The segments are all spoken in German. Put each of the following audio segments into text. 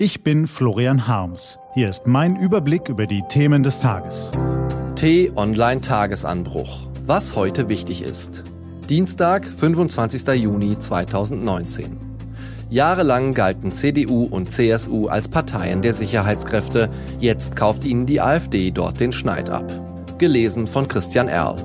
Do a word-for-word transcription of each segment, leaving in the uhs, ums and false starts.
Ich bin Florian Harms. Hier ist mein Überblick über die Themen des Tages. T-Online-Tagesanbruch. Was heute wichtig ist. Dienstag, fünfundzwanzigster Juni zweitausendneunzehn. Jahrelang galten C D U und C S U als Parteien der Sicherheitskräfte. Jetzt kauft ihnen die AfD dort den Schneid ab. Gelesen von Christian Erl.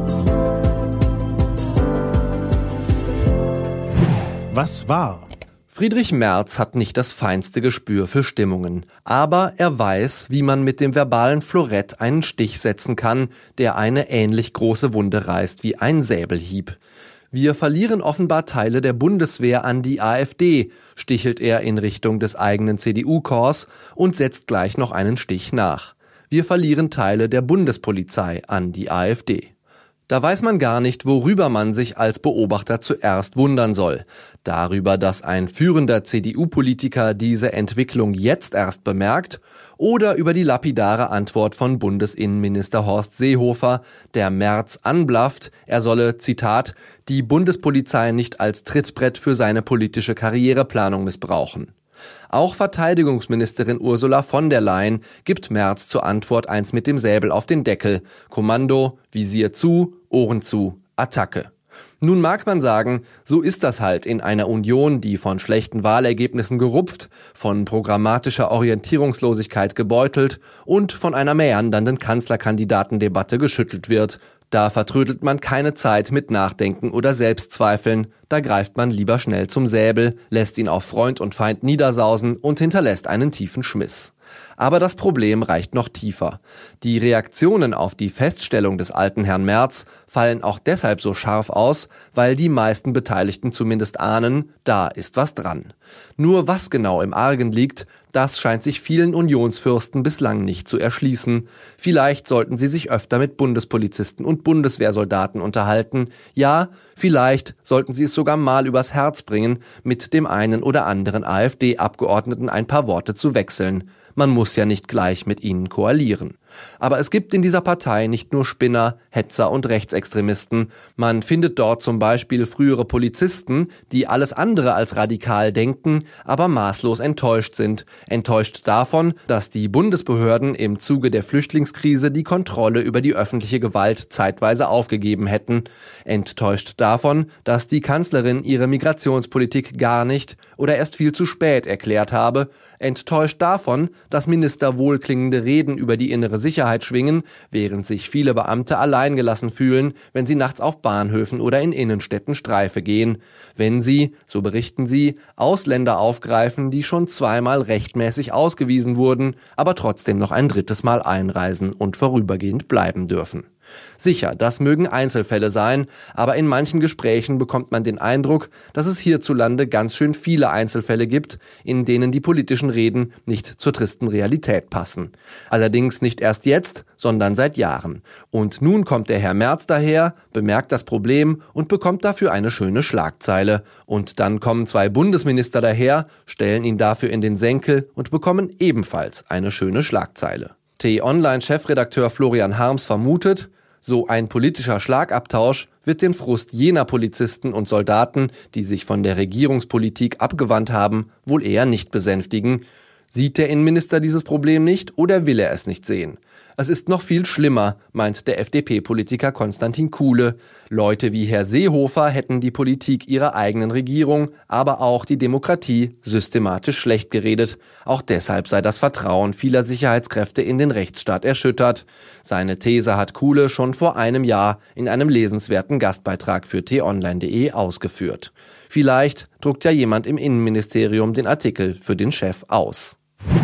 Was war? Friedrich Merz hat nicht das feinste Gespür für Stimmungen, aber er weiß, wie man mit dem verbalen Florett einen Stich setzen kann, der eine ähnlich große Wunde reißt wie ein Säbelhieb. Wir verlieren offenbar Teile der Bundeswehr an die AfD, stichelt er in Richtung des eigenen C D U-Korps und setzt gleich noch einen Stich nach. Wir verlieren Teile der Bundespolizei an die AfD. Da weiß man gar nicht, worüber man sich als Beobachter zuerst wundern soll. Darüber, dass ein führender C D U-Politiker diese Entwicklung jetzt erst bemerkt, oder über die lapidare Antwort von Bundesinnenminister Horst Seehofer, der Merz anblafft, er solle, Zitat, die Bundespolizei nicht als Trittbrett für seine politische Karriereplanung missbrauchen. Auch Verteidigungsministerin Ursula von der Leyen gibt Merz zur Antwort eins mit dem Säbel auf den Deckel. Kommando, Visier zu, Ohren zu, Attacke. Nun mag man sagen, so ist das halt in einer Union, die von schlechten Wahlergebnissen gerupft, von programmatischer Orientierungslosigkeit gebeutelt und von einer mäandernden Kanzlerkandidatendebatte geschüttelt wird. Da vertrödelt man keine Zeit mit Nachdenken oder Selbstzweifeln, da greift man lieber schnell zum Säbel, lässt ihn auf Freund und Feind niedersausen und hinterlässt einen tiefen Schmiss. Aber das Problem reicht noch tiefer. Die Reaktionen auf die Feststellung des alten Herrn Merz fallen auch deshalb so scharf aus, weil die meisten Beteiligten zumindest ahnen, da ist was dran. Nur was genau im Argen liegt, das scheint sich vielen Unionsfürsten bislang nicht zu erschließen. Vielleicht sollten sie sich öfter mit Bundespolizisten und Bundeswehrsoldaten unterhalten. Ja, vielleicht sollten sie es sogar mal übers Herz bringen, mit dem einen oder anderen AfD-Abgeordneten ein paar Worte zu wechseln. Man muss ja nicht gleich mit ihnen koalieren. Aber es gibt in dieser Partei nicht nur Spinner, Hetzer und Rechtsextremisten. Man findet dort zum Beispiel frühere Polizisten, die alles andere als radikal denken, aber maßlos enttäuscht sind. Enttäuscht davon, dass die Bundesbehörden im Zuge der Flüchtlingskrise die Kontrolle über die öffentliche Gewalt zeitweise aufgegeben hätten. Enttäuscht davon, dass die Kanzlerin ihre Migrationspolitik gar nicht oder erst viel zu spät erklärt habe. Enttäuscht davon, dass Minister wohlklingende Reden über die innere Sicherheit schwingen, während sich viele Beamte alleingelassen fühlen, wenn sie nachts auf Bahnhöfen oder in Innenstädten Streife gehen. Wenn sie, so berichten sie, Ausländer aufgreifen, die schon zweimal rechtmäßig ausgewiesen wurden, aber trotzdem noch ein drittes Mal einreisen und vorübergehend bleiben dürfen. Sicher, das mögen Einzelfälle sein, aber in manchen Gesprächen bekommt man den Eindruck, dass es hierzulande ganz schön viele Einzelfälle gibt, in denen die politischen Reden nicht zur tristen Realität passen. Allerdings nicht erst jetzt, sondern seit Jahren. Und nun kommt der Herr Merz daher, bemerkt das Problem und bekommt dafür eine schöne Schlagzeile. Und dann kommen zwei Bundesminister daher, stellen ihn dafür in den Senkel und bekommen ebenfalls eine schöne Schlagzeile. T-Online-Chefredakteur Florian Harms vermutet, so ein politischer Schlagabtausch wird den Frust jener Polizisten und Soldaten, die sich von der Regierungspolitik abgewandt haben, wohl eher nicht besänftigen. Sieht der Innenminister dieses Problem nicht oder will er es nicht sehen? Es ist noch viel schlimmer, meint der F D P-Politiker Konstantin Kuhle. Leute wie Herr Seehofer hätten die Politik ihrer eigenen Regierung, aber auch die Demokratie systematisch schlecht geredet. Auch deshalb sei das Vertrauen vieler Sicherheitskräfte in den Rechtsstaat erschüttert. Seine These hat Kuhle schon vor einem Jahr in einem lesenswerten Gastbeitrag für t online punkt de ausgeführt. Vielleicht druckt ja jemand im Innenministerium den Artikel für den Chef aus.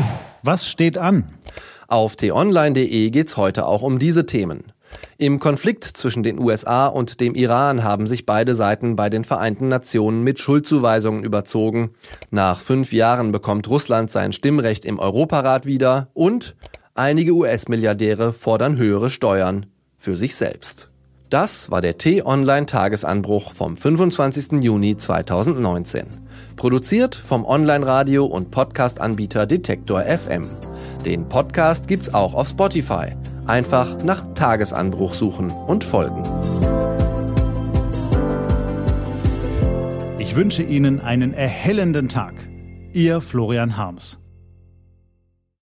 Was steht an? Auf t online punkt de geht's heute auch um diese Themen. Im Konflikt zwischen den U S A und dem Iran haben sich beide Seiten bei den Vereinten Nationen mit Schuldzuweisungen überzogen. Nach fünf Jahren bekommt Russland sein Stimmrecht im Europarat wieder und einige U S-Milliardäre fordern höhere Steuern für sich selbst. Das war der T-Online-Tagesanbruch vom fünfundzwanzigsten Juni zweitausendneunzehn. Produziert vom Online-Radio- und Podcast-Anbieter Detektor F M. Den Podcast gibt's auch auf Spotify. Einfach nach Tagesanbruch suchen und folgen. Ich wünsche Ihnen einen erhellenden Tag. Ihr Florian Harms.